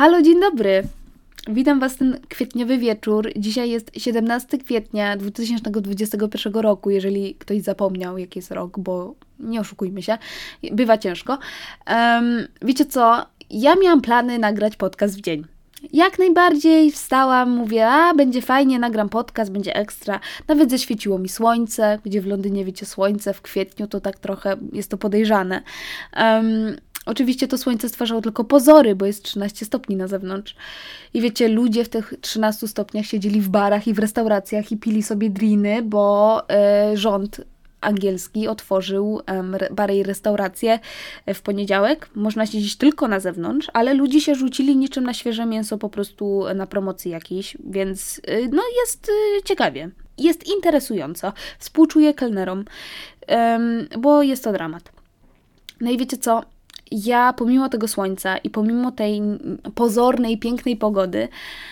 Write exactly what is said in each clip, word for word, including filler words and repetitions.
Halo, dzień dobry. Witam Was ten kwietniowy wieczór. Dzisiaj jest siedemnastego kwietnia dwa tysiące dwudziestego pierwszego roku, jeżeli ktoś zapomniał, jaki jest rok, bo nie oszukujmy się, bywa ciężko. Um, wiecie co? Ja miałam plany nagrać podcast w dzień. Jak najbardziej wstałam, mówię, a będzie fajnie, nagram podcast, będzie ekstra. Nawet zaświeciło mi słońce, gdzie w Londynie, wiecie, słońce w kwietniu to tak trochę jest to podejrzane. Um, Oczywiście to słońce stwarzało tylko pozory, bo jest trzynaście stopni na zewnątrz. I wiecie, ludzie w tych trzynastu stopniach siedzieli w barach i w restauracjach i pili sobie driny, bo y, rząd angielski otworzył um, bary i restauracje w poniedziałek. Można siedzieć tylko na zewnątrz, ale ludzie się rzucili niczym na świeże mięso po prostu na promocji jakiejś, więc y, no jest y, ciekawie. Jest interesująco. Współczuję kelnerom, um, bo jest to dramat. No i wiecie co? Ja pomimo tego słońca i pomimo tej pozornej, pięknej pogody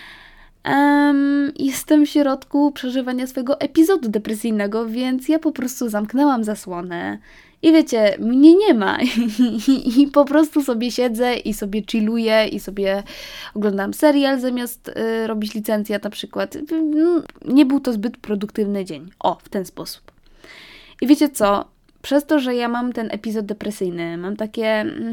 um, jestem w środku przeżywania swojego epizodu depresyjnego, więc ja po prostu zamknęłam zasłonę i wiecie, mnie nie ma I, i po prostu sobie siedzę i sobie chilluję i sobie oglądam serial zamiast y, robić licencjat na przykład. Nie był to zbyt produktywny dzień. O, w ten sposób. I wiecie co? Przez to, że ja mam ten epizod depresyjny, mam takie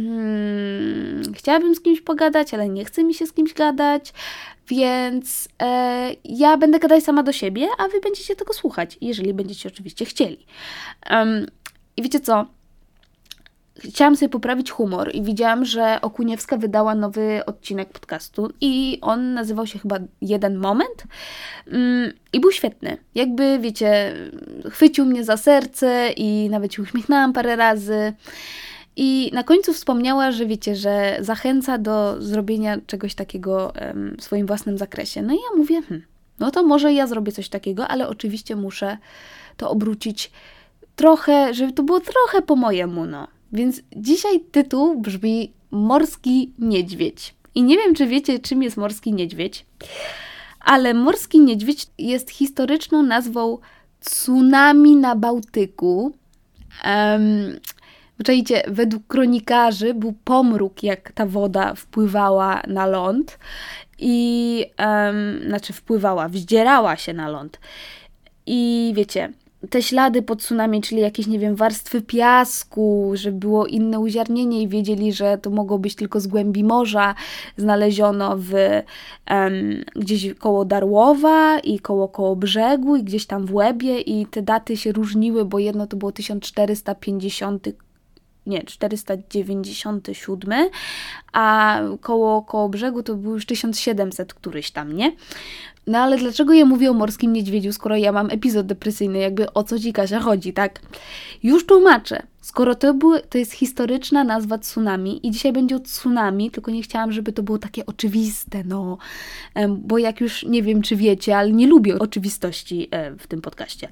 mm, chciałabym z kimś pogadać, ale nie chce mi się z kimś gadać, więc e, ja będę gadać sama do siebie, a wy będziecie tego słuchać, jeżeli będziecie oczywiście chcieli. Um, I wiecie co? Chciałam sobie poprawić humor i widziałam, że Okuniewska wydała nowy odcinek podcastu i on nazywał się chyba Jeden Moment um, i był świetny. Jakby, wiecie, chwycił mnie za serce i nawet się uśmiechnęłam parę razy. I na końcu wspomniała, że wiecie, że zachęca do zrobienia czegoś takiego um, w swoim własnym zakresie. No i ja mówię, hm, no to może ja zrobię coś takiego, ale oczywiście muszę to obrócić trochę, żeby to było trochę po mojemu, no. Więc dzisiaj tytuł brzmi Morski Niedźwiedź. I nie wiem, czy wiecie, czym jest morski niedźwiedź, ale morski niedźwiedź jest historyczną nazwą tsunami na Bałtyku. Um, Czajcie, według kronikarzy był pomruk, jak ta woda wpływała na ląd i, um, znaczy wpływała, wzdzierała się na ląd. I wiecie, te ślady po tsunami, czyli jakieś, nie wiem, warstwy piasku, że było inne uziarnienie i wiedzieli, że to mogło być tylko z głębi morza, znaleziono w um, gdzieś koło Darłowa i koło, koło brzegu i gdzieś tam w Łebie i te daty się różniły, bo jedno to było tysiąc czterysta pięćdziesiąty, nie, czterysta dziewięćdziesiąty siódmy, a koło, koło brzegu to był już tysiąc siedemset któryś tam, nie? No ale dlaczego ja mówię o morskim niedźwiedziu, skoro ja mam epizod depresyjny, jakby o co ci, Kasia, chodzi, tak? Już tłumaczę. Skoro to, były, to jest historyczna nazwa tsunami i dzisiaj będzie o tsunami, tylko nie chciałam, żeby to było takie oczywiste, no. Bo jak już, nie wiem, czy wiecie, ale nie lubię oczywistości w tym podcaście.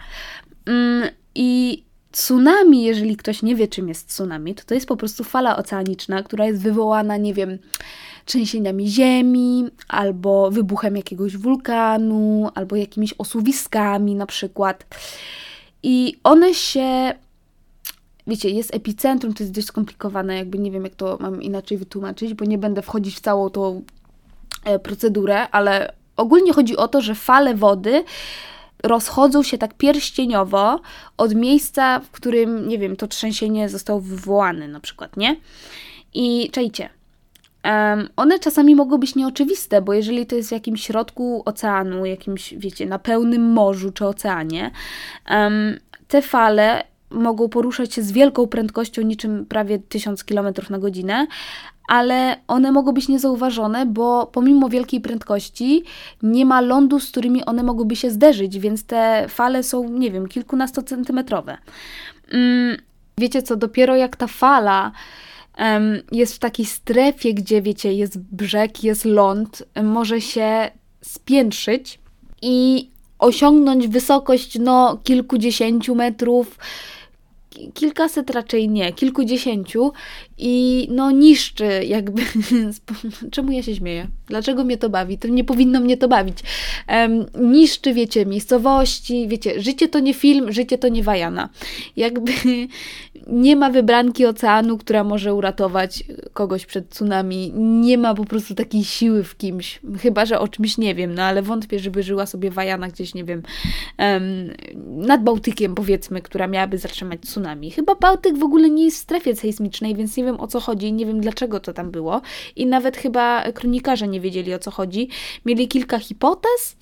I tsunami, jeżeli ktoś nie wie, czym jest tsunami, to to jest po prostu fala oceaniczna, która jest wywołana, nie wiem, trzęsieniami ziemi, albo wybuchem jakiegoś wulkanu, albo jakimiś osuwiskami na przykład. I one się, wiecie, jest epicentrum, to jest dość skomplikowane, jakby nie wiem, jak to mam inaczej wytłumaczyć, bo nie będę wchodzić w całą tą e, procedurę, ale ogólnie chodzi o to, że fale wody rozchodzą się tak pierścieniowo od miejsca, w którym, nie wiem, to trzęsienie zostało wywołane na przykład, nie? I czajcie, Um, one czasami mogą być nieoczywiste, bo jeżeli to jest w jakimś środku oceanu, jakimś, wiecie, na pełnym morzu czy oceanie, um, te fale mogą poruszać się z wielką prędkością, niczym prawie tysiąc kilometrów na godzinę, ale one mogą być niezauważone, bo pomimo wielkiej prędkości nie ma lądu, z którymi one mogłyby się zderzyć, więc te fale są, nie wiem, kilkunastocentymetrowe. Um, wiecie co, dopiero jak ta fala jest w takiej strefie, gdzie, wiecie, jest brzeg, jest ląd, może się spiętrzyć i osiągnąć wysokość, no, kilkudziesięciu metrów kilkaset raczej nie, kilkudziesięciu i no niszczy jakby, czemu ja się śmieję? Dlaczego mnie to bawi? To nie powinno mnie to bawić. Um, niszczy, wiecie, miejscowości, wiecie, życie to nie film, życie to nie Wajana. Jakby nie ma wybranki oceanu, która może uratować kogoś przed tsunami. Nie ma po prostu takiej siły w kimś. Chyba że o czymś nie wiem, no ale wątpię, żeby żyła sobie Wajana gdzieś, nie wiem, um, nad Bałtykiem powiedzmy, która miałaby zatrzymać tsunami. Chyba Bałtyk w ogóle nie jest w strefie sejsmicznej, więc nie wiem o co chodzi, nie wiem dlaczego to tam było i nawet chyba kronikarze nie wiedzieli o co chodzi. Mieli kilka hipotez,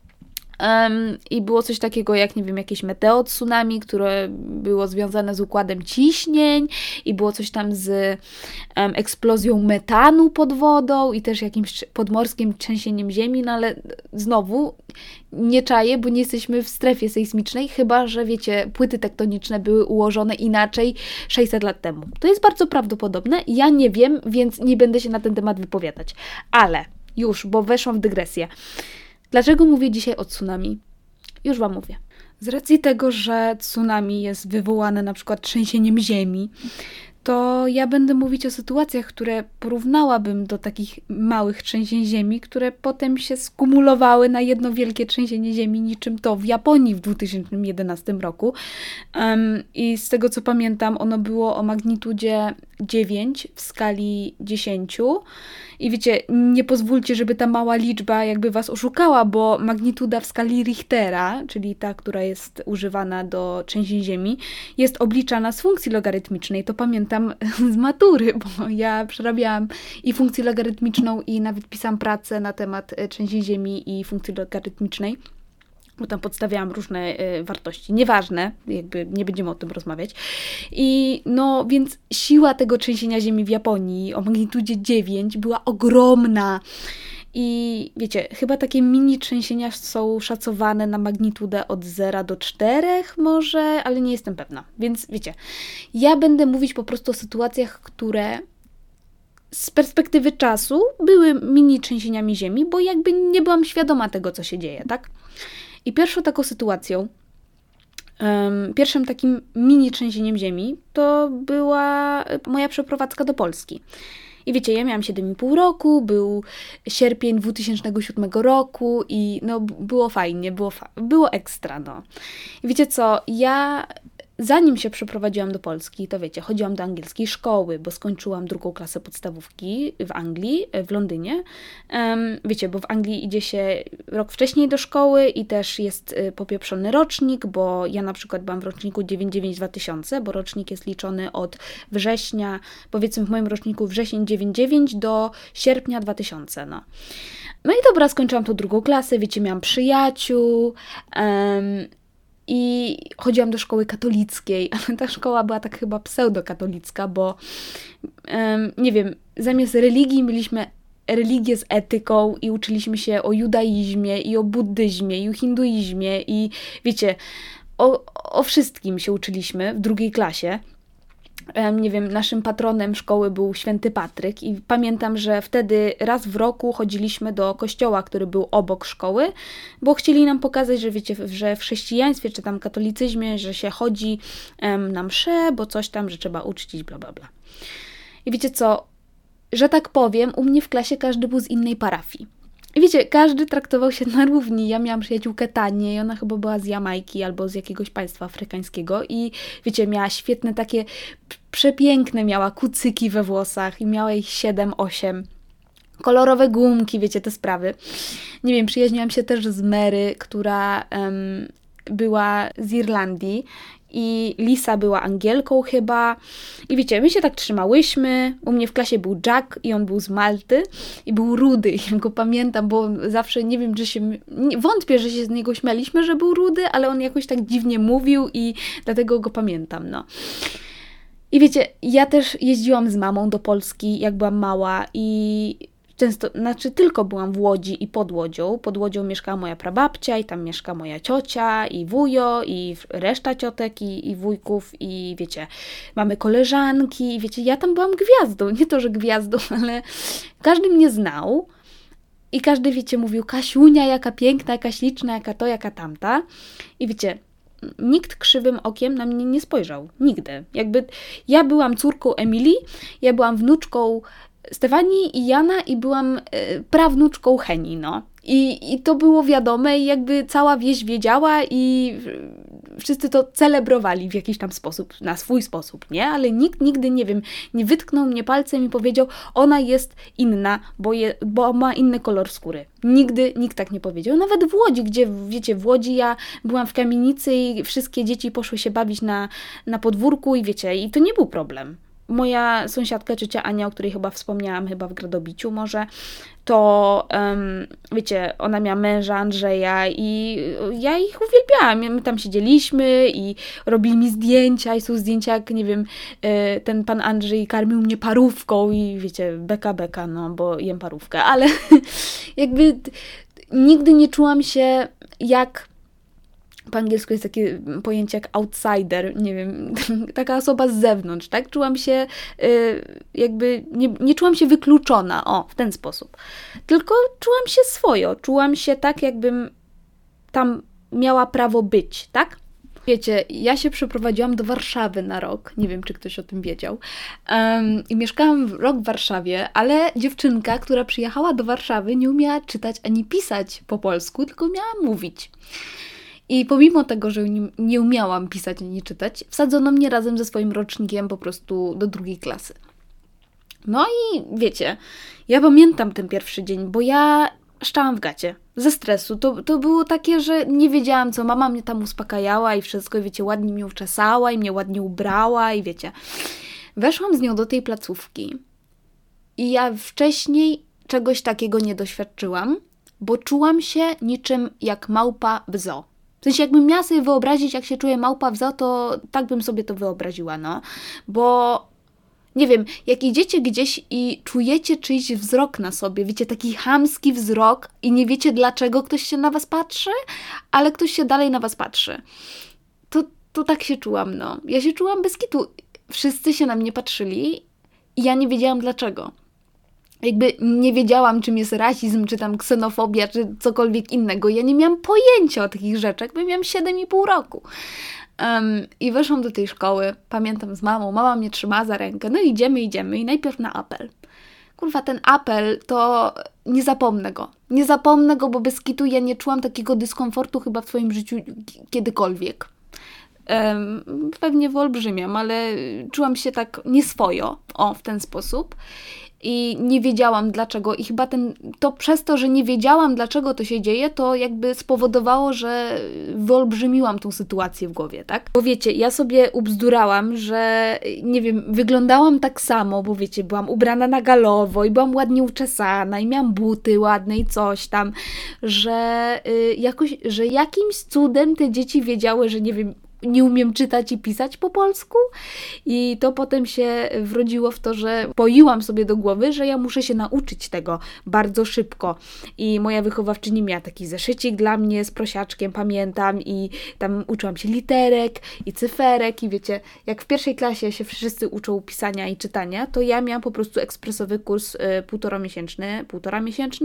Um, i było coś takiego jak, nie wiem, jakieś meteo tsunami, które było związane z układem ciśnień i było coś tam z um, eksplozją metanu pod wodą i też jakimś podmorskim trzęsieniem ziemi, no ale znowu nie czaję, bo nie jesteśmy w strefie sejsmicznej, chyba że, wiecie, płyty tektoniczne były ułożone inaczej sześćset lat temu. To jest bardzo prawdopodobne, ja nie wiem, więc nie będę się na ten temat wypowiadać. Ale już, bo weszłam w dygresję. Dlaczego mówię dzisiaj o tsunami? Już Wam mówię. Z racji tego, że tsunami jest wywołane na przykład trzęsieniem ziemi, to ja będę mówić o sytuacjach, które porównałabym do takich małych trzęsień ziemi, które potem się skumulowały na jedno wielkie trzęsienie ziemi, niczym to w Japonii w dwa tysiące jedenastym roku. Um, I z tego co pamiętam, ono było o magnitudzie dziewięć w skali dziesięć. I wiecie, nie pozwólcie, żeby ta mała liczba jakby Was oszukała, bo magnituda w skali Richtera, czyli ta, która jest używana do trzęsień ziemi, jest obliczana z funkcji logarytmicznej. To pamiętam z matury, bo ja przerabiałam i funkcję logarytmiczną i nawet pisałam pracę na temat trzęsień ziemi i funkcji logarytmicznej, bo tam podstawiałam różne y, wartości, nieważne, jakby nie będziemy o tym rozmawiać. I no, więc siła tego trzęsienia ziemi w Japonii o magnitudzie dziewięć była ogromna. I wiecie, chyba takie mini trzęsienia są szacowane na magnitudę od zera do czterech może, ale nie jestem pewna. Więc wiecie, ja będę mówić po prostu o sytuacjach, które z perspektywy czasu były mini trzęsieniami ziemi, bo jakby nie byłam świadoma tego, co się dzieje, tak? I pierwszą taką sytuacją, um, pierwszym takim mini trzęsieniem ziemi to była moja przeprowadzka do Polski. I wiecie, ja miałam siedem i pół roku, był sierpień dwutysięcznego siódmego roku i no było fajnie, było, fa- było ekstra, no. I wiecie co, ja zanim się przeprowadziłam do Polski, to wiecie, chodziłam do angielskiej szkoły, bo skończyłam drugą klasę podstawówki w Anglii, w Londynie. Um, wiecie, bo w Anglii idzie się rok wcześniej do szkoły i też jest y, popieprzony rocznik, bo ja na przykład byłam w roczniku dziewięćdziesiąt dziewięć dwa tysiące, bo rocznik jest liczony od września, powiedzmy w moim roczniku wrzesień dziewięćdziesiąt dziewięć do sierpnia dwa tysiące, no. No i dobra, skończyłam tą drugą klasę, wiecie, miałam przyjaciół, um, i chodziłam do szkoły katolickiej, ale ta szkoła była tak chyba pseudokatolicka, bo um, nie wiem, zamiast religii mieliśmy religię z etyką i uczyliśmy się o judaizmie i o buddyzmie i o hinduizmie i wiecie, o, o wszystkim się uczyliśmy w drugiej klasie. Nie wiem, naszym patronem szkoły był święty Patryk i pamiętam, że wtedy raz w roku chodziliśmy do kościoła, który był obok szkoły, bo chcieli nam pokazać, że wiecie, że w chrześcijaństwie czy tam katolicyzmie, że się chodzi um, na mszę, bo coś tam, że trzeba uczcić, bla, bla, bla. I wiecie co, że tak powiem, u mnie w klasie każdy był z innej parafii. I wiecie, każdy traktował się na równi. Ja miałam przyjaciółkę Tanię i ona chyba była z Jamajki albo z jakiegoś państwa afrykańskiego i wiecie, miała świetne takie, przepiękne miała kucyki we włosach i miała ich siedem, osiem. Kolorowe gumki, wiecie, te sprawy. Nie wiem, przyjaźniłam się też z Mary, która um, była z Irlandii i Lisa była Angielką chyba. I wiecie, my się tak trzymałyśmy. U mnie w klasie był Jack i on był z Malty i był rudy. Ja go pamiętam, bo zawsze nie wiem, czy się... Nie, wątpię, że się z niego śmialiśmy, że był rudy, ale on jakoś tak dziwnie mówił i dlatego go pamiętam, no. I wiecie, ja też jeździłam z mamą do Polski, jak byłam mała i często, znaczy tylko byłam w Łodzi i pod Łodzią. Pod Łodzią mieszkała moja prababcia i tam mieszka moja ciocia i wujo i reszta ciotek i, i wujków i wiecie, mamy koleżanki i wiecie, ja tam byłam gwiazdą. Nie to, że gwiazdą, ale każdy mnie znał i każdy, wiecie, mówił Kasiunia, jaka piękna, jaka śliczna, jaka to, jaka tamta. I wiecie, nikt krzywym okiem na mnie nie spojrzał. Nigdy. Jakby ja byłam córką Emilii, ja byłam wnuczką Stefanii i Jana i byłam y, prawnuczką Heni, no. I, I to było wiadome i jakby cała wieś wiedziała i wszyscy to celebrowali w jakiś tam sposób, na swój sposób, nie? Ale nikt nigdy, nie wiem, nie wytknął mnie palcem i powiedział, ona jest inna, bo, je, bo ma inny kolor skóry. Nigdy nikt tak nie powiedział. Nawet w Łodzi, gdzie, wiecie, w Łodzi ja byłam w kamienicy i wszystkie dzieci poszły się bawić na, na podwórku i wiecie, i to nie był problem. Moja sąsiadka, ciocia Ania, o której chyba wspomniałam, chyba w Gradobiciu może, to um, wiecie, ona miała męża Andrzeja i ja ich uwielbiałam. My tam siedzieliśmy i robili mi zdjęcia i są zdjęcia, jak nie wiem, ten pan Andrzej karmił mnie parówką i wiecie, beka beka, no bo jem parówkę, ale jakby nigdy nie czułam się jak... Po angielsku jest takie pojęcie jak outsider, nie wiem, taka osoba z zewnątrz, tak? Czułam się y, jakby, nie, nie czułam się wykluczona, o, w ten sposób. Tylko czułam się swojo, czułam się tak, jakbym tam miała prawo być, tak? Wiecie, ja się przeprowadziłam do Warszawy na rok, nie wiem, czy ktoś o tym wiedział, um, i mieszkałam w rok w Warszawie, ale dziewczynka, która przyjechała do Warszawy, nie umiała czytać ani pisać po polsku, tylko umiała mówić. I pomimo tego, że nie, nie umiałam pisać ani czytać, wsadzono mnie razem ze swoim rocznikiem po prostu do drugiej klasy. No i wiecie, ja pamiętam ten pierwszy dzień, bo ja szczałam w gacie ze stresu. To, to było takie, że nie wiedziałam co, mama mnie tam uspokajała i wszystko, i wiecie, ładnie mnie uczesała i mnie ładnie ubrała i wiecie. Weszłam z nią do tej placówki i ja wcześniej czegoś takiego nie doświadczyłam, bo czułam się niczym jak małpa w zoo. W sensie jakbym miała sobie wyobrazić, jak się czuje małpa w zoo, to tak bym sobie to wyobraziła, no. Bo, nie wiem, jak idziecie gdzieś i czujecie czyjś wzrok na sobie, wiecie, taki chamski wzrok i nie wiecie dlaczego ktoś się na was patrzy, ale ktoś się dalej na was patrzy. To, to tak się czułam, no. Ja się czułam bez kitu. Wszyscy się na mnie patrzyli i ja nie wiedziałam dlaczego. Jakby nie wiedziałam, czym jest rasizm, czy tam ksenofobia, czy cokolwiek innego. Ja nie miałam pojęcia o takich rzeczach, bo miałam siedem i pół roku. Um, I weszłam do tej szkoły, pamiętam z mamą, mama mnie trzymała za rękę, no idziemy, idziemy i najpierw na apel. Kurwa, ten apel to nie zapomnę go. Nie zapomnę go, bo bez kitu ja nie czułam takiego dyskomfortu chyba w swoim życiu kiedykolwiek. Um, pewnie wyolbrzymiam, ale czułam się tak nieswojo, o, w ten sposób. I nie wiedziałam dlaczego i chyba ten, to przez to, że nie wiedziałam dlaczego to się dzieje, to jakby spowodowało, że wyolbrzymiłam tą sytuację w głowie, tak? Bo wiecie, ja sobie ubzdurałam, że nie wiem, wyglądałam tak samo, bo wiecie, byłam ubrana na galowo i byłam ładnie uczesana i miałam buty ładne i coś tam, że y, jakoś, że jakimś cudem te dzieci wiedziały, że nie wiem, nie umiem czytać i pisać po polsku i to potem się wrodziło w to, że poiłam sobie do głowy, że ja muszę się nauczyć tego bardzo szybko i moja wychowawczyni miała taki zeszycik dla mnie z prosiaczkiem, pamiętam, i tam uczyłam się literek i cyferek i wiecie, jak w pierwszej klasie się wszyscy uczą pisania i czytania, to ja miałam po prostu ekspresowy kurs y, półtora miesięczny, półtora miesięczny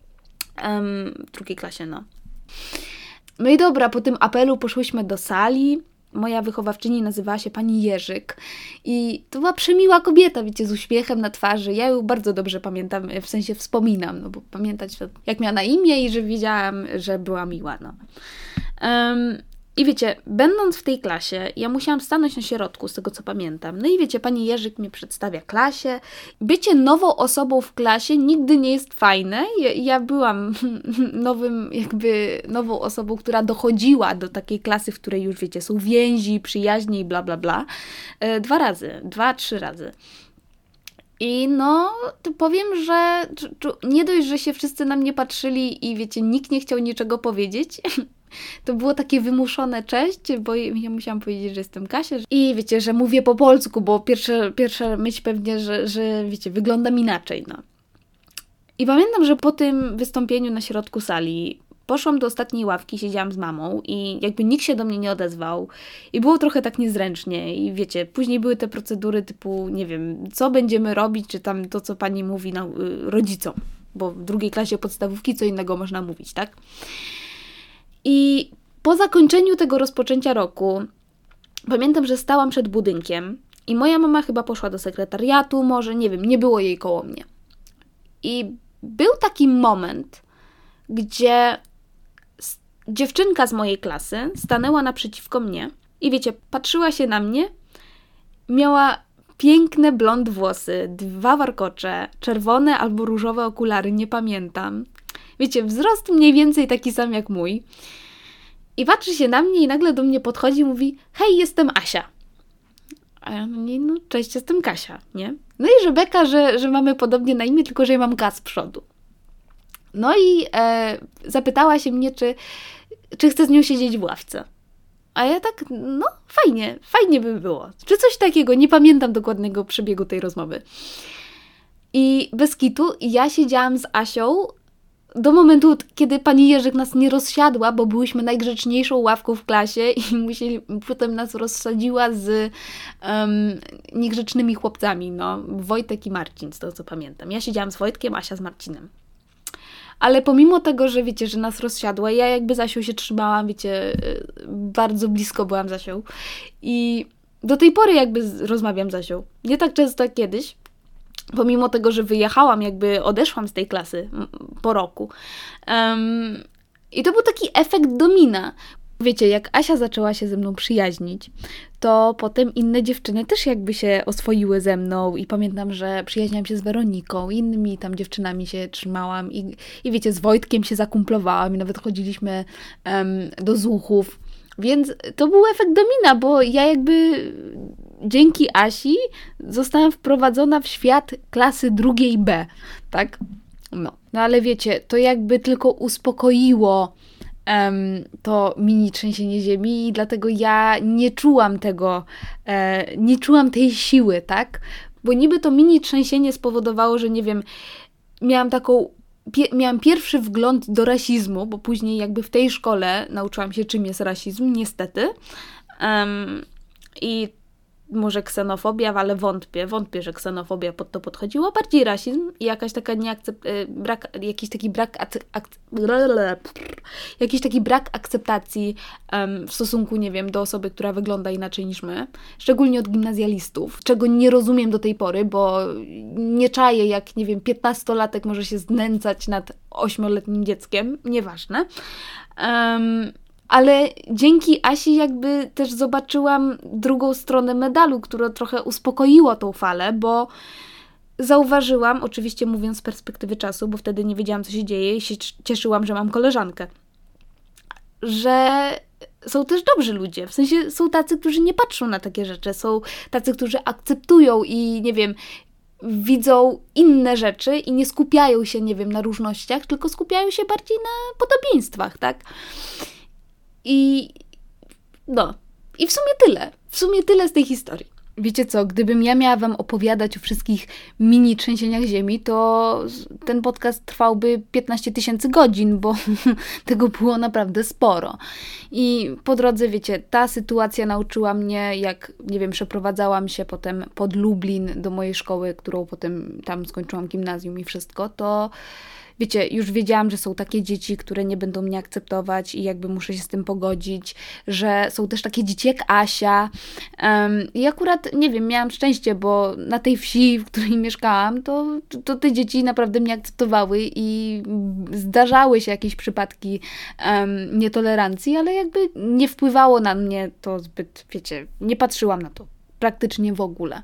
um, w drugiej klasie, no. No i dobra, po tym apelu poszłyśmy do sali. Moja wychowawczyni nazywała się pani Jerzyk i to była przemiła kobieta, wiecie, z uśmiechem na twarzy. Ja ją bardzo dobrze pamiętam, w sensie wspominam, no bo pamiętać jak miała na imię i że wiedziałam, że była miła, no. Um, I wiecie, będąc w tej klasie, ja musiałam stanąć na środku, z tego co pamiętam. No i wiecie, pani Jerzyk mnie przedstawia klasie. Bycie nową osobą w klasie nigdy nie jest fajne. Ja, ja byłam nowym, jakby nową osobą, która dochodziła do takiej klasy, w której już wiecie, są więzi, przyjaźnie i bla bla bla. E, dwa razy, dwa, trzy razy. I no, to powiem, że nie dość, że się wszyscy na mnie patrzyli i wiecie, nikt nie chciał niczego powiedzieć. To było takie wymuszone cześć, bo ja musiałam powiedzieć, że jestem Kasia. I wiecie, że mówię po polsku, bo pierwsza, pierwsza myśl pewnie, że, że wiecie, wyglądam inaczej, no. I pamiętam, że po tym wystąpieniu na środku sali poszłam do ostatniej ławki, siedziałam z mamą i jakby nikt się do mnie nie odezwał. I było trochę tak niezręcznie. I wiecie, później były te procedury typu, nie wiem, co będziemy robić, czy tam to, co pani mówi no, rodzicom. Bo w drugiej klasie podstawówki co innego można mówić, tak? I Po zakończeniu tego rozpoczęcia roku pamiętam, że stałam przed budynkiem i moja mama chyba poszła do sekretariatu, może, nie wiem, nie było jej koło mnie. I był taki moment, gdzie dziewczynka z mojej klasy stanęła naprzeciwko mnie i wiecie, patrzyła się na mnie, miała piękne blond włosy, dwa warkocze, czerwone albo różowe okulary, nie pamiętam. Wiecie, wzrost mniej więcej taki sam jak mój. I patrzy się na mnie i nagle do mnie podchodzi i mówi: hej, jestem Asia. A ja mówię: no cześć, jestem Kasia, nie? No i że beka, że, że mamy podobnie na imię, tylko że ja mam K z przodu. No i e, zapytała się mnie, czy, czy chcę z nią siedzieć w ławce. A ja tak, no fajnie, fajnie by było. Czy coś takiego, nie pamiętam dokładnego przebiegu tej rozmowy. I bez kitu ja siedziałam z Asią do momentu, kiedy pani Jerzyk nas nie rozsiadła, bo byłyśmy najgrzeczniejszą ławką w klasie i musieli, potem nas rozsadziła z um, niegrzecznymi chłopcami, no, Wojtek i Marcin, z tego co pamiętam. Ja siedziałam z Wojtkiem, Asia z Marcinem. Ale pomimo tego, że wiecie, że nas rozsiadła, ja jakby z Asią się trzymałam, wiecie, bardzo blisko byłam z Asią i do tej pory jakby rozmawiam z Asią. Nie tak często jak kiedyś, pomimo tego, że wyjechałam, jakby odeszłam z tej klasy po roku. Um, I to był taki efekt domina. Wiecie, jak Asia zaczęła się ze mną przyjaźnić, to potem inne dziewczyny też jakby się oswoiły ze mną i pamiętam, że przyjaźniłam się z Weroniką, innymi tam dziewczynami się trzymałam i, i wiecie, z Wojtkiem się zakumplowałam i nawet chodziliśmy um, do zuchów. Więc to był efekt domina, bo ja jakby dzięki Asi zostałam wprowadzona w świat klasy drugiej B, tak? No, no ale wiecie, to jakby tylko uspokoiło um, to mini trzęsienie ziemi i dlatego ja nie czułam tego, e, nie czułam tej siły, tak? Bo niby to mini trzęsienie spowodowało, że nie wiem, miałam taką Pie- miałam pierwszy wgląd do rasizmu, bo później jakby w tej szkole nauczyłam się, czym jest rasizm, niestety. Um, I może ksenofobia, ale wątpię, wątpię, że ksenofobia pod to podchodziła, bardziej rasizm i jakaś taka nieakcept... brak, jakiś taki brak ak- ak- jakiś taki brak akceptacji um, w stosunku, nie wiem, do osoby, która wygląda inaczej niż my, szczególnie od gimnazjalistów, czego nie rozumiem do tej pory, bo nie czaję, jak, nie wiem, piętnastolatek może się znęcać nad ośmioletnim dzieckiem, nieważne. Um, Ale dzięki Asi jakby też zobaczyłam drugą stronę medalu, która trochę uspokoiło tą falę, bo zauważyłam, oczywiście mówiąc z perspektywy czasu, bo wtedy nie wiedziałam, co się dzieje i się cieszyłam, że mam koleżankę, że są też dobrzy ludzie, w sensie są tacy, którzy nie patrzą na takie rzeczy, są tacy, którzy akceptują i nie wiem, widzą inne rzeczy i nie skupiają się, nie wiem, na różnościach, tylko skupiają się bardziej na podobieństwach, tak? I no, i w sumie tyle. W sumie tyle z tej historii. Wiecie co, gdybym ja miała wam opowiadać o wszystkich mini trzęsieniach ziemi, to ten podcast trwałby piętnaście tysięcy godzin, bo tego było naprawdę sporo. I po drodze, wiecie, ta sytuacja nauczyła mnie, jak, nie wiem, przeprowadzałam się potem pod Lublin do mojej szkoły, którą potem tam skończyłam gimnazjum i wszystko, to wiecie, już wiedziałam, że są takie dzieci, które nie będą mnie akceptować i jakby muszę się z tym pogodzić, że są też takie dzieci jak Asia. Um, I akurat, nie wiem, miałam szczęście, bo na tej wsi, w której mieszkałam, to, to te dzieci naprawdę mnie akceptowały i zdarzały się jakieś przypadki um, nietolerancji, ale jakby nie wpływało na mnie to zbyt, wiecie, nie patrzyłam na to praktycznie w ogóle.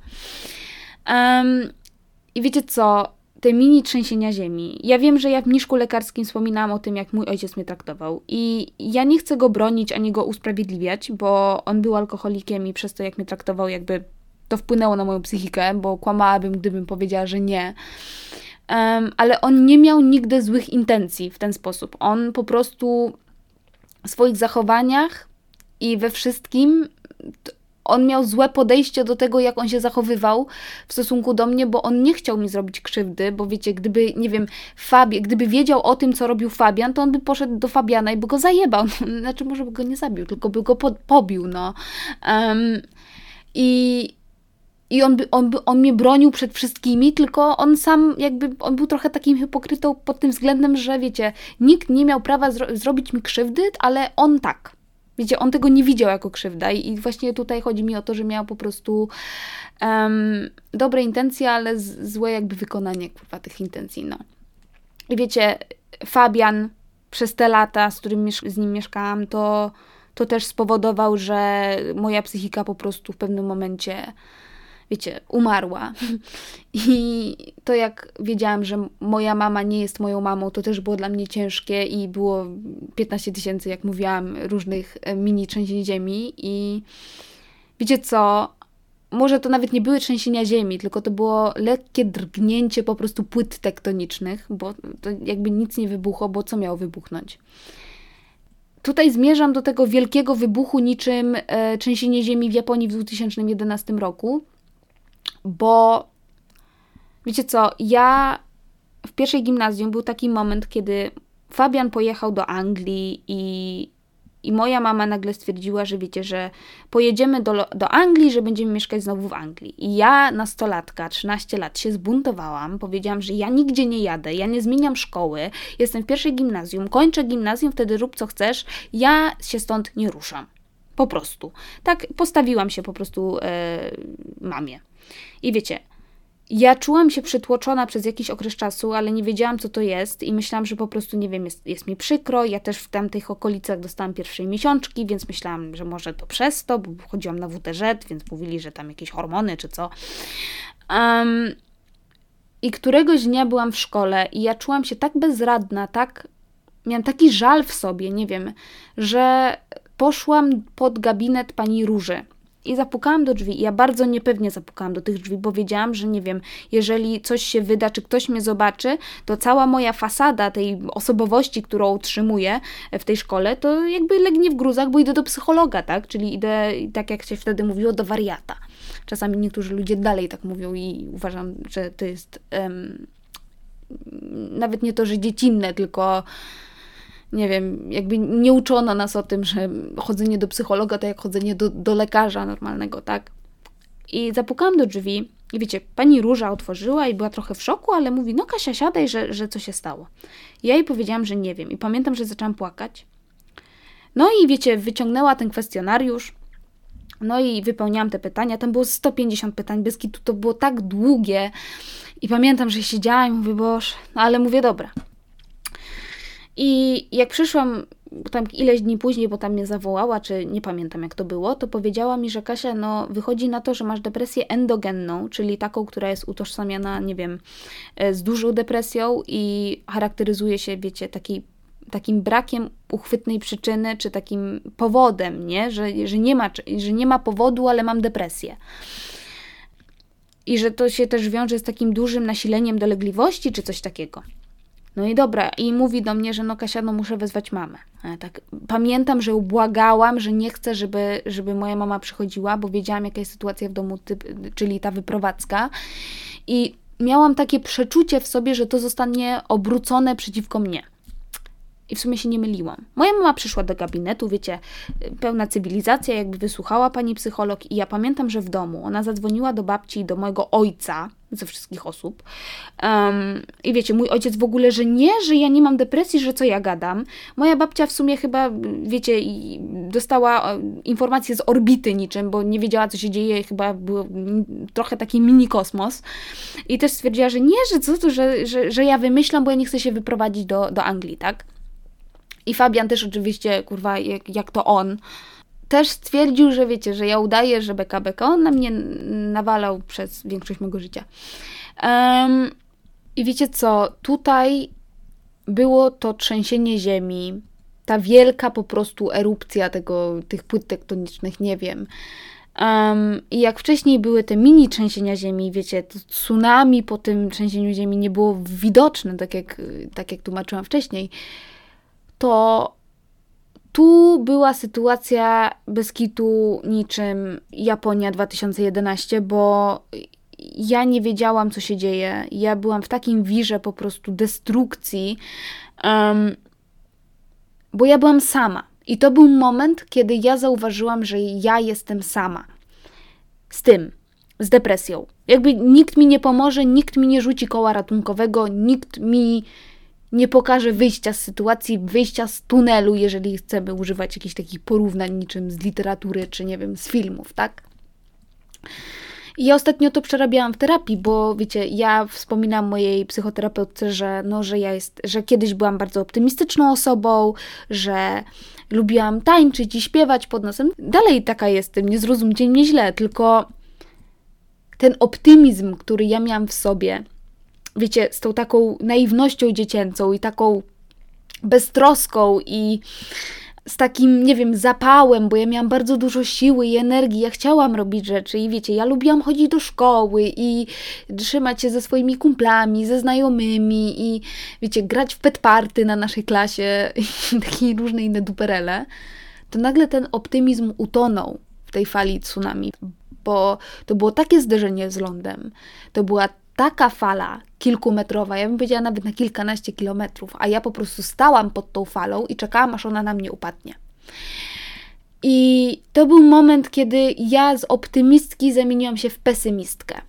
Um, I wiecie co? Te mini trzęsienia ziemi. Ja wiem, że ja w mniszku lekarskim wspominałam o tym, jak mój ojciec mnie traktował i ja nie chcę go bronić, ani go usprawiedliwiać, bo on był alkoholikiem i przez to, jak mnie traktował, jakby to wpłynęło na moją psychikę, bo kłamałabym, gdybym powiedziała, że nie. Um, ale on nie miał nigdy złych intencji w ten sposób. On po prostu w swoich zachowaniach i we wszystkim on miał złe podejście do tego, jak on się zachowywał w stosunku do mnie, bo on nie chciał mi zrobić krzywdy, bo wiecie, gdyby, nie wiem, Fabi, gdyby wiedział o tym, co robił Fabian, to on by poszedł do Fabiana i by go zajebał. Znaczy, może by go nie zabił, tylko by go po, pobił, no. Um, I... I on, by, on, by, on mnie bronił przed wszystkimi, tylko on sam jakby, on był trochę takim hipokrytą pod tym względem, że wiecie, nikt nie miał prawa zro- zrobić mi krzywdy, ale on tak. Wiecie, on tego nie widział jako krzywda i właśnie tutaj chodzi mi o to, że miał po prostu um, dobre intencje, ale z, złe jakby wykonanie kurwa tych intencji, no. I wiecie, Fabian przez te lata, z którym z nim mieszkałam, to, to też spowodował, że moja psychika po prostu w pewnym momencie, wiecie, umarła. I to jak wiedziałam, że moja mama nie jest moją mamą, to też było dla mnie ciężkie i było piętnaście tysięcy, jak mówiłam, różnych mini trzęsień ziemi i wiecie co, może to nawet nie były trzęsienia ziemi, tylko to było lekkie drgnięcie po prostu płyt tektonicznych, bo to jakby nic nie wybuchło, bo co miało wybuchnąć? Tutaj zmierzam do tego wielkiego wybuchu niczym e, trzęsienie ziemi w Japonii w dwa tysiące jedenastym roku, bo wiecie co, ja w pierwszej gimnazjum był taki moment, kiedy Fabian pojechał do Anglii i, i moja mama nagle stwierdziła, że wiecie, że pojedziemy do, do Anglii, że będziemy mieszkać znowu w Anglii. I ja, nastolatka, trzynaście lat, się zbuntowałam, powiedziałam, że ja nigdzie nie jadę, ja nie zmieniam szkoły, jestem w pierwszej gimnazjum, kończę gimnazjum, wtedy rób co chcesz, ja się stąd nie ruszam. Po prostu. Tak postawiłam się po prostu e, mamie. I wiecie, ja czułam się przytłoczona przez jakiś okres czasu, ale nie wiedziałam, co to jest i myślałam, że po prostu, nie wiem, jest, jest mi przykro. Ja też w tamtych okolicach dostałam pierwszej miesiączki, więc myślałam, że może to przez to, bo chodziłam na W T Z, więc mówili, że tam jakieś hormony czy co. Um, I któregoś dnia byłam w szkole i ja czułam się tak bezradna, tak, miałam taki żal w sobie, nie wiem, że poszłam pod gabinet pani Róży. I zapukałam do drzwi. I ja bardzo niepewnie zapukałam do tych drzwi, bo wiedziałam, że nie wiem, jeżeli coś się wyda, czy ktoś mnie zobaczy, to cała moja fasada tej osobowości, którą utrzymuję w tej szkole, to jakby legnie w gruzach, bo idę do psychologa, tak? Czyli idę, tak jak się wtedy mówiło, do wariata. Czasami niektórzy ludzie dalej tak mówią i uważam, że to jest um, nawet nie to, że dziecinne, tylko nie wiem, jakby nie uczono nas o tym, że chodzenie do psychologa to jak chodzenie do, do lekarza normalnego, tak? I zapukałam do drzwi i wiecie, pani Róża otworzyła i była trochę w szoku, ale mówi, no Kasia, siadaj, że, że co się stało. I ja jej powiedziałam, że nie wiem i pamiętam, że zaczęłam płakać. No i wiecie, wyciągnęła ten kwestionariusz, no i wypełniałam te pytania, tam było sto pięćdziesiąt pytań, bez kitu, to było tak długie i pamiętam, że siedziałam i mówię, Boże, no ale mówię, dobra. I jak przyszłam tam ileś dni później, bo tam mnie zawołała, czy nie pamiętam jak to było, to powiedziała mi, że Kasia, no wychodzi na to, że masz depresję endogenną, czyli taką, która jest utożsamiana, nie wiem, z dużą depresją i charakteryzuje się, wiecie, taki, takim brakiem uchwytnej przyczyny, czy takim powodem, nie? Że, że, nie ma, że nie ma powodu, ale mam depresję. I że to się też wiąże z takim dużym nasileniem dolegliwości, czy coś takiego. No i dobra, i mówi do mnie, że no Kasia, no muszę wezwać mamę. A ja tak pamiętam, że ją błagałam, że nie chcę, żeby, żeby moja mama przychodziła, bo wiedziałam, jaka jest sytuacja w domu, typ, czyli ta wyprowadzka. I miałam takie przeczucie w sobie, że to zostanie obrócone przeciwko mnie. I w sumie się nie myliłam. Moja mama przyszła do gabinetu, wiecie, pełna cywilizacja, jakby wysłuchała pani psycholog i ja pamiętam, że w domu ona zadzwoniła do babci i do mojego ojca, ze wszystkich osób. Um, I wiecie, mój ojciec w ogóle, że nie, że ja nie mam depresji, że co ja gadam. Moja babcia w sumie chyba, wiecie, dostała informacje z orbity niczym, bo nie wiedziała, co się dzieje, chyba był trochę taki mini kosmos. I też stwierdziła, że nie, że co to, że, że, że ja wymyślam, bo ja nie chcę się wyprowadzić do, do Anglii, tak? I Fabian też oczywiście, kurwa, jak, jak to on, też stwierdził, że wiecie, że ja udaję, że beka beka. On na mnie nawalał przez większość mojego życia. Um, I wiecie co, tutaj było to trzęsienie ziemi, ta wielka po prostu erupcja tego, tych płyt tektonicznych, nie wiem. Um, I jak wcześniej były te mini trzęsienia ziemi, wiecie, to tsunami po tym trzęsieniu ziemi nie było widoczne, tak jak, tak jak tłumaczyłam wcześniej, to tu była sytuacja bez kitu niczym Japonia dwa tysiące jedenaście, bo ja nie wiedziałam, co się dzieje. Ja byłam w takim wirze po prostu destrukcji, um, bo ja byłam sama. I to był moment, kiedy ja zauważyłam, że ja jestem sama. Z tym, z depresją. Jakby nikt mi nie pomoże, nikt mi nie rzuci koła ratunkowego, nikt mi nie pokaże wyjścia z sytuacji, wyjścia z tunelu, jeżeli chcemy używać jakichś takich porównań niczym z literatury, czy nie wiem, z filmów, tak? I ja ostatnio to przerabiałam w terapii, bo wiecie, ja wspominam mojej psychoterapeutce, że, no, że ja jest, że kiedyś byłam bardzo optymistyczną osobą, że lubiłam tańczyć i śpiewać pod nosem. Dalej taka jestem, nie zrozumcie mnie źle, tylko ten optymizm, który ja miałam w sobie, wiecie, z tą taką naiwnością dziecięcą i taką beztroską i z takim, nie wiem, zapałem, bo ja miałam bardzo dużo siły i energii, ja chciałam robić rzeczy i wiecie, ja lubiłam chodzić do szkoły i trzymać się ze swoimi kumplami, ze znajomymi i wiecie, grać w pet party na naszej klasie i takie różne inne duperele, to nagle ten optymizm utonął w tej fali tsunami, bo to było takie zderzenie z lądem, to była taka fala kilkumetrowa, ja bym powiedziała nawet na kilkanaście kilometrów, a ja po prostu stałam pod tą falą i czekałam, aż ona na mnie upadnie. I to był moment, kiedy ja z optymistki zamieniłam się w pesymistkę.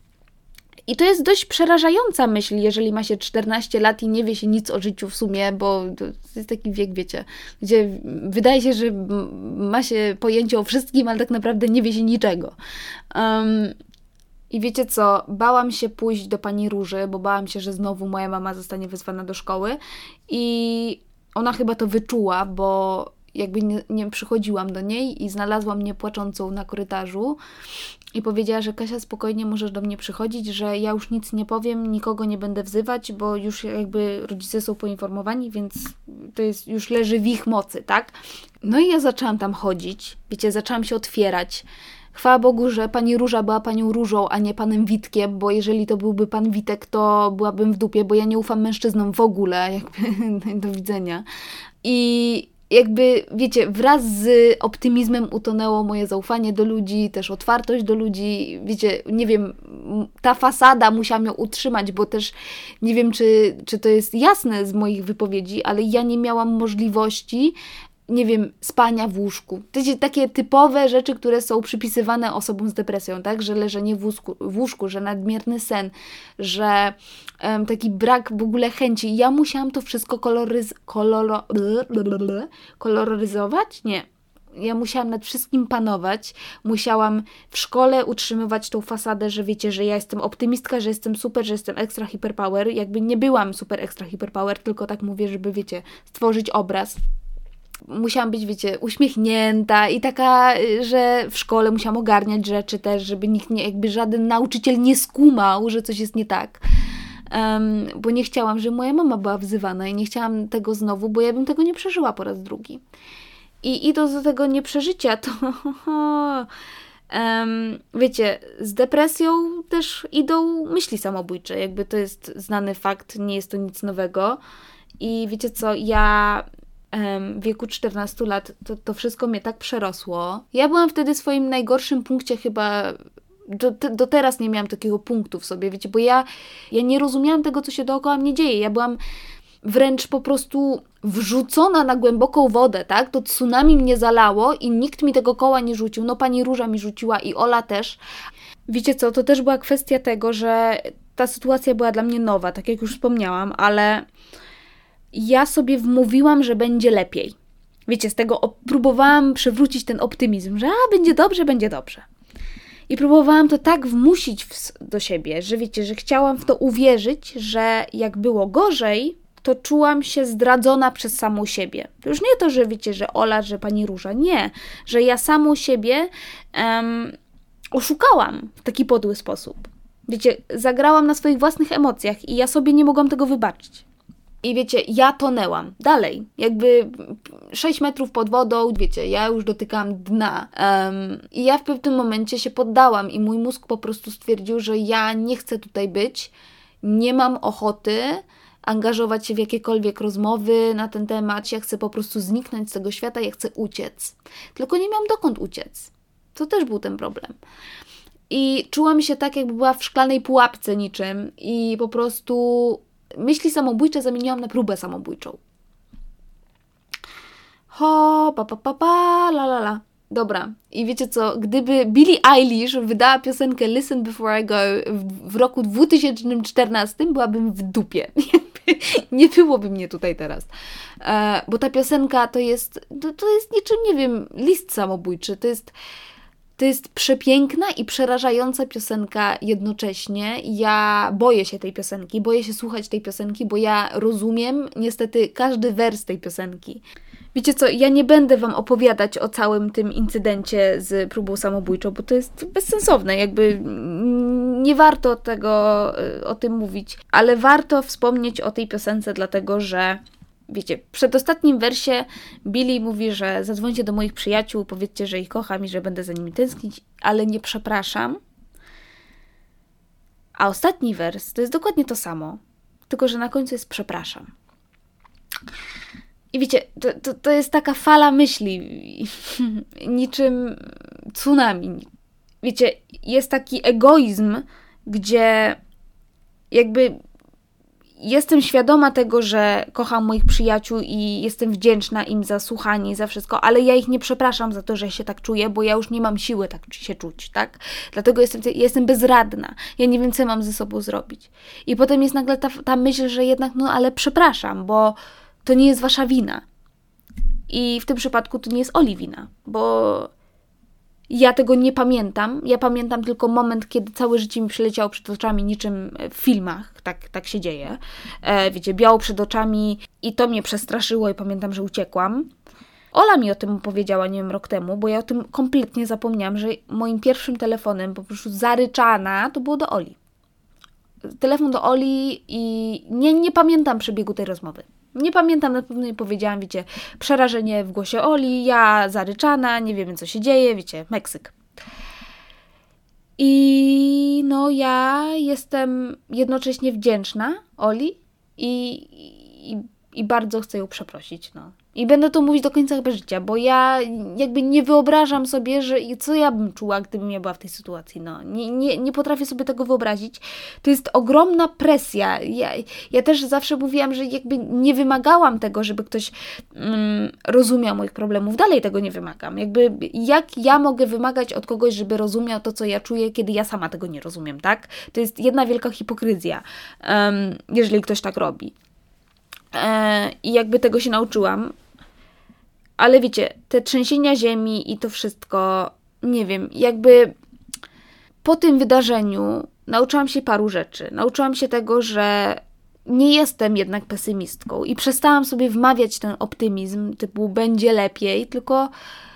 I to jest dość przerażająca myśl, jeżeli ma się czternaście lat i nie wie się nic o życiu w sumie, bo to jest taki wiek, wiecie, gdzie wydaje się, że ma się pojęcie o wszystkim, ale tak naprawdę nie wie się niczego. Um, I wiecie co, bałam się pójść do pani Róży, bo bałam się, że znowu moja mama zostanie wezwana do szkoły i ona chyba to wyczuła, bo jakby nie, nie przychodziłam do niej i znalazła mnie płaczącą na korytarzu i powiedziała, że Kasia, spokojnie możesz do mnie przychodzić, że ja już nic nie powiem, nikogo nie będę wzywać, bo już jakby rodzice są poinformowani, więc to jest, już leży w ich mocy, tak? No i ja zaczęłam tam chodzić, wiecie, zaczęłam się otwierać. Chwała Bogu, że pani Róża była panią Różą, a nie panem Witkiem, bo jeżeli to byłby pan Witek, to byłabym w dupie, bo ja nie ufam mężczyznom w ogóle, jakby do widzenia. I jakby, wiecie, wraz z optymizmem utonęło moje zaufanie do ludzi, też otwartość do ludzi, wiecie, nie wiem, ta fasada musiałam ją utrzymać, bo też nie wiem, czy, czy to jest jasne z moich wypowiedzi, ale ja nie miałam możliwości, nie wiem, spania w łóżku. To są takie typowe rzeczy, które są przypisywane osobom z depresją, tak? Że leżenie w łóżku, w łóżku że nadmierny sen, że um, taki brak w ogóle chęci. Ja musiałam to wszystko koloryz- koloro- koloryzować? Nie. Ja musiałam nad wszystkim panować. Musiałam w szkole utrzymywać tą fasadę, że wiecie, że ja jestem optymistka, że jestem super, że jestem extra hiperpower. Jakby nie byłam super extra hiperpower, tylko tak mówię, żeby, wiecie, stworzyć obraz. Musiałam być, wiecie, uśmiechnięta i taka, że w szkole musiałam ogarniać rzeczy też, żeby nikt nie, jakby żaden nauczyciel nie skumał, że coś jest nie tak. Um, bo nie chciałam, żeby moja mama była wzywana i nie chciałam tego znowu, bo ja bym tego nie przeżyła po raz drugi. I idąc do tego nieprzeżycia, to um, wiecie, z depresją też idą myśli samobójcze. Jakby to jest znany fakt, nie jest to nic nowego. I wiecie co, ja w wieku czternastu lat, to, to wszystko mnie tak przerosło. Ja byłam wtedy w swoim najgorszym punkcie chyba, do, do teraz nie miałam takiego punktu w sobie, wiecie, bo ja, ja nie rozumiałam tego, co się dookoła mnie dzieje. Ja byłam wręcz po prostu wrzucona na głęboką wodę, tak? To tsunami mnie zalało i nikt mi tego koła nie rzucił. No pani Róża mi rzuciła i Ola też. Wiecie co, to też była kwestia tego, że ta sytuacja była dla mnie nowa, tak jak już wspomniałam, ale ja sobie wmówiłam, że będzie lepiej. Wiecie, z tego op- próbowałam przywrócić ten optymizm, że a, będzie dobrze, będzie dobrze. I próbowałam to tak wmusić w, do siebie, że wiecie, że chciałam w to uwierzyć, że jak było gorzej, to czułam się zdradzona przez samą siebie. To już nie to, że wiecie, że Ola, że pani Róża, nie. Że ja samą siebie um, oszukałam w taki podły sposób. Wiecie, zagrałam na swoich własnych emocjach i ja sobie nie mogłam tego wybaczyć. I wiecie, ja tonęłam dalej, jakby sześć metrów pod wodą, wiecie, ja już dotykałam dna. Um, I ja w pewnym momencie się poddałam i mój mózg po prostu stwierdził, że ja nie chcę tutaj być, nie mam ochoty angażować się w jakiekolwiek rozmowy na ten temat, ja chcę po prostu zniknąć z tego świata, ja chcę uciec. Tylko nie miałam dokąd uciec. To też był ten problem. I czułam się tak, jakby była w szklanej pułapce niczym i po prostu myśli samobójcze zamieniłam na próbę samobójczą. Ho, pa, pa, pa, pa, la, la, la. Dobra, i wiecie co, gdyby Billie Eilish wydała piosenkę Listen Before I Go w, w roku dwa tysiące czternastym, byłabym w dupie. Nie byłoby mnie tutaj teraz. E, bo ta piosenka to jest, to, to jest niczym, nie wiem, list samobójczy. To jest, to jest przepiękna i przerażająca piosenka jednocześnie. Ja boję się tej piosenki, boję się słuchać tej piosenki, bo ja rozumiem niestety każdy wers tej piosenki. Wiecie co, ja nie będę Wam opowiadać o całym tym incydencie z próbą samobójczą, bo to jest bezsensowne, jakby nie warto tego, o tym mówić, ale warto wspomnieć o tej piosence, dlatego że, wiecie, w przedostatnim wersie Billie mówi, że zadzwońcie do moich przyjaciół, powiedzcie, że ich kocham i że będę za nimi tęsknić, ale nie przepraszam. A ostatni wers to jest dokładnie to samo, tylko że na końcu jest przepraszam. I wiecie, to, to, to jest taka fala myśli, niczym tsunami. Wiecie, jest taki egoizm, gdzie jakby jestem świadoma tego, że kocham moich przyjaciół i jestem wdzięczna im za słuchanie, za wszystko, ale ja ich nie przepraszam za to, że się tak czuję, bo ja już nie mam siły tak się czuć, tak? Dlatego jestem, jestem bezradna. Ja nie wiem, co mam ze sobą zrobić. I potem jest nagle ta, ta myśl, że jednak, no ale przepraszam, bo to nie jest wasza wina. I w tym przypadku to nie jest Oli wina, bo ja tego nie pamiętam. Ja pamiętam tylko moment, kiedy całe życie mi przeleciało przed oczami niczym w filmach. Tak, tak się dzieje. E, wiecie, biało przed oczami i to mnie przestraszyło i pamiętam, że uciekłam. Ola mi o tym powiedziała, nie wiem, rok temu, bo ja o tym kompletnie zapomniałam, że moim pierwszym telefonem, po prostu zaryczana, to było do Oli. Telefon do Oli i nie, nie pamiętam przebiegu tej rozmowy. Nie pamiętam, na pewno nie powiedziałam, wiecie, przerażenie w głosie Oli, ja zaryczana, nie wiemy, co się dzieje, wiecie, Meksyk. I no ja jestem jednocześnie wdzięczna Oli i, i, i bardzo chcę ją przeprosić, no. I będę to mówić do końca chyba życia, bo ja jakby nie wyobrażam sobie, że co ja bym czuła, gdybym ja była w tej sytuacji. No, nie, nie, nie potrafię sobie tego wyobrazić. To jest ogromna presja. Ja, ja też zawsze mówiłam, że jakby nie wymagałam tego, żeby ktoś mm, rozumiał moich problemów. Dalej tego nie wymagam. Jakby jak ja mogę wymagać od kogoś, żeby rozumiał to, co ja czuję, kiedy ja sama tego nie rozumiem, tak? To jest jedna wielka hipokryzja, um, jeżeli ktoś tak robi. E, I jakby tego się nauczyłam. Ale wiecie, te trzęsienia ziemi i to wszystko, nie wiem, jakby po tym wydarzeniu nauczyłam się paru rzeczy. Nauczyłam się tego, że nie jestem jednak pesymistką i przestałam sobie wmawiać ten optymizm typu będzie lepiej, tylko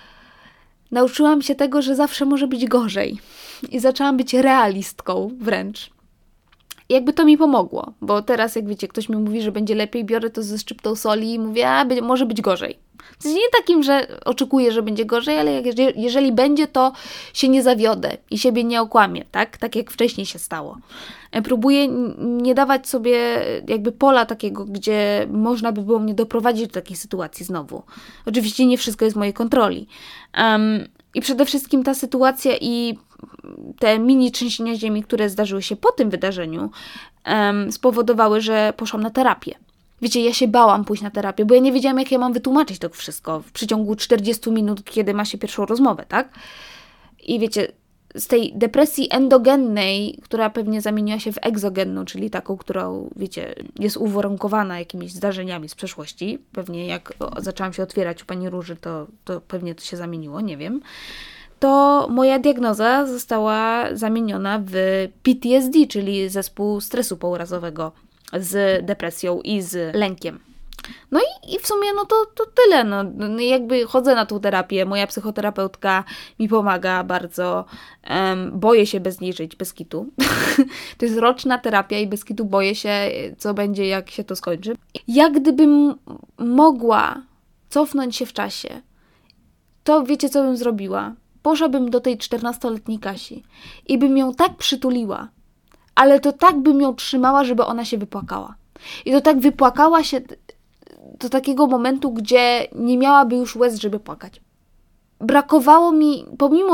nauczyłam się tego, że zawsze może być gorzej. I zaczęłam być realistką wręcz. I jakby to mi pomogło, bo teraz jak wiecie, ktoś mi mówi, że będzie lepiej, biorę to ze szczyptą soli i mówię, a może być gorzej. W sensie nie takim, że oczekuję, że będzie gorzej, ale jak, jeżeli będzie, to się nie zawiodę i siebie nie okłamię, tak? Tak jak wcześniej się stało. Próbuję nie dawać sobie jakby pola takiego, gdzie można by było mnie doprowadzić do takiej sytuacji znowu. Oczywiście nie wszystko jest w mojej kontroli. Um, I przede wszystkim ta sytuacja i te mini trzęsienia ziemi, które zdarzyły się po tym wydarzeniu, um, spowodowały, że poszłam na terapię. Wiecie, ja się bałam pójść na terapię, bo ja nie wiedziałam, jak ja mam wytłumaczyć to wszystko w przeciągu czterdziestu minut, kiedy ma się pierwszą rozmowę, tak? I wiecie, z tej depresji endogennej, która pewnie zamieniła się w egzogenną, czyli taką, którą, wiecie, jest uwarunkowana jakimiś zdarzeniami z przeszłości. Pewnie jak zaczęłam się otwierać u pani Róży, to, to pewnie to się zamieniło, nie wiem. To moja diagnoza została zamieniona w P T S D, czyli zespół stresu pourazowego z depresją i z lękiem. No i, i w sumie no to, to tyle. No. No jakby chodzę na tą terapię, moja psychoterapeutka mi pomaga bardzo. Um, boję się bez niej żyć, bez kitu. To jest roczna terapia i bez kitu boję się, co będzie, jak się to skończy. Jak gdybym mogła cofnąć się w czasie, to wiecie, co bym zrobiła? Poszłabym do tej czternastoletniej Kasi i bym ją tak przytuliła, ale to tak bym ją trzymała, żeby ona się wypłakała. I to tak wypłakała się do takiego momentu, gdzie nie miałaby już łez, żeby płakać. Brakowało mi, pomimo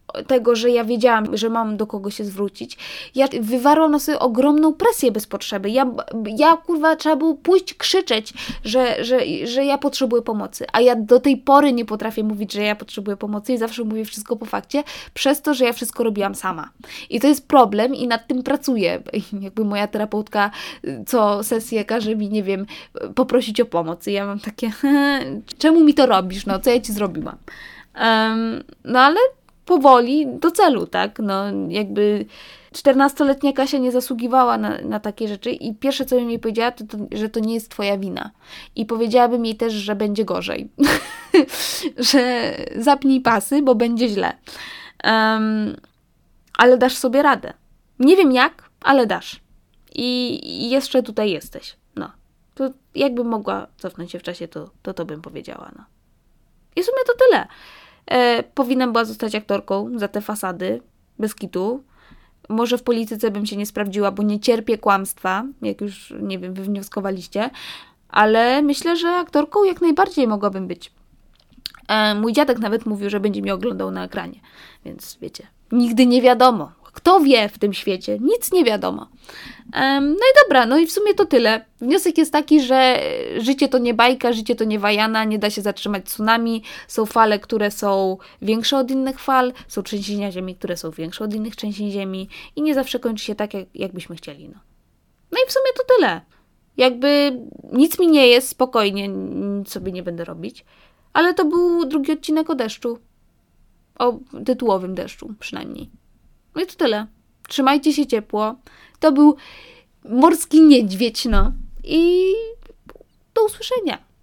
tego, że ja wiedziałam, że mam do kogo się zwrócić, ja wywarłam na sobie ogromną presję bez potrzeby. Ja, ja kurwa, trzeba było pójść krzyczeć, że, że, że ja potrzebuję pomocy. A ja do tej pory nie potrafię mówić, że ja potrzebuję pomocy i zawsze mówię wszystko po fakcie, przez to, że ja wszystko robiłam sama. I to jest problem i nad tym pracuję. Jakby moja terapeutka co sesję każe mi, nie wiem, poprosić o pomoc. I ja mam takie, czemu mi to robisz? No, co ja ci zrobiłam? Um, no ale powoli do celu, tak? No jakby czternastoletnia Kasia nie zasługiwała na, na takie rzeczy i pierwsze, co bym jej powiedziała, to, to, że to nie jest twoja wina. I powiedziałabym jej też, że będzie gorzej. Że zapnij pasy, bo będzie źle. Um, ale dasz sobie radę. Nie wiem jak, ale dasz. I, i jeszcze tutaj jesteś. No. To jakbym mogła cofnąć się w czasie, to to, to bym powiedziała. No. I w sumie to tyle. E, powinnam była zostać aktorką za te fasady, bez kitu. Może w polityce bym się nie sprawdziła, bo nie cierpię kłamstwa, jak już, nie wiem, wywnioskowaliście, ale myślę, że aktorką jak najbardziej mogłabym być. E, mój dziadek nawet mówił, że będzie mnie oglądał na ekranie, więc wiecie, nigdy nie wiadomo. Kto wie w tym świecie? Nic nie wiadomo. Um, no i dobra, no i w sumie to tyle. Wniosek jest taki, że życie to nie bajka, życie to nie wajana, nie da się zatrzymać tsunami. Są fale, które są większe od innych fal, są trzęsienia ziemi, które są większe od innych trzęsień ziemi i nie zawsze kończy się tak, jak, jakbyśmy chcieli. No. no i w sumie to tyle. Jakby nic mi nie jest, spokojnie, nic sobie nie będę robić. Ale to był drugi odcinek o deszczu. O tytułowym deszczu przynajmniej. No i to tyle. Trzymajcie się ciepło. To był Morski Niedźwiedź, no. I do usłyszenia.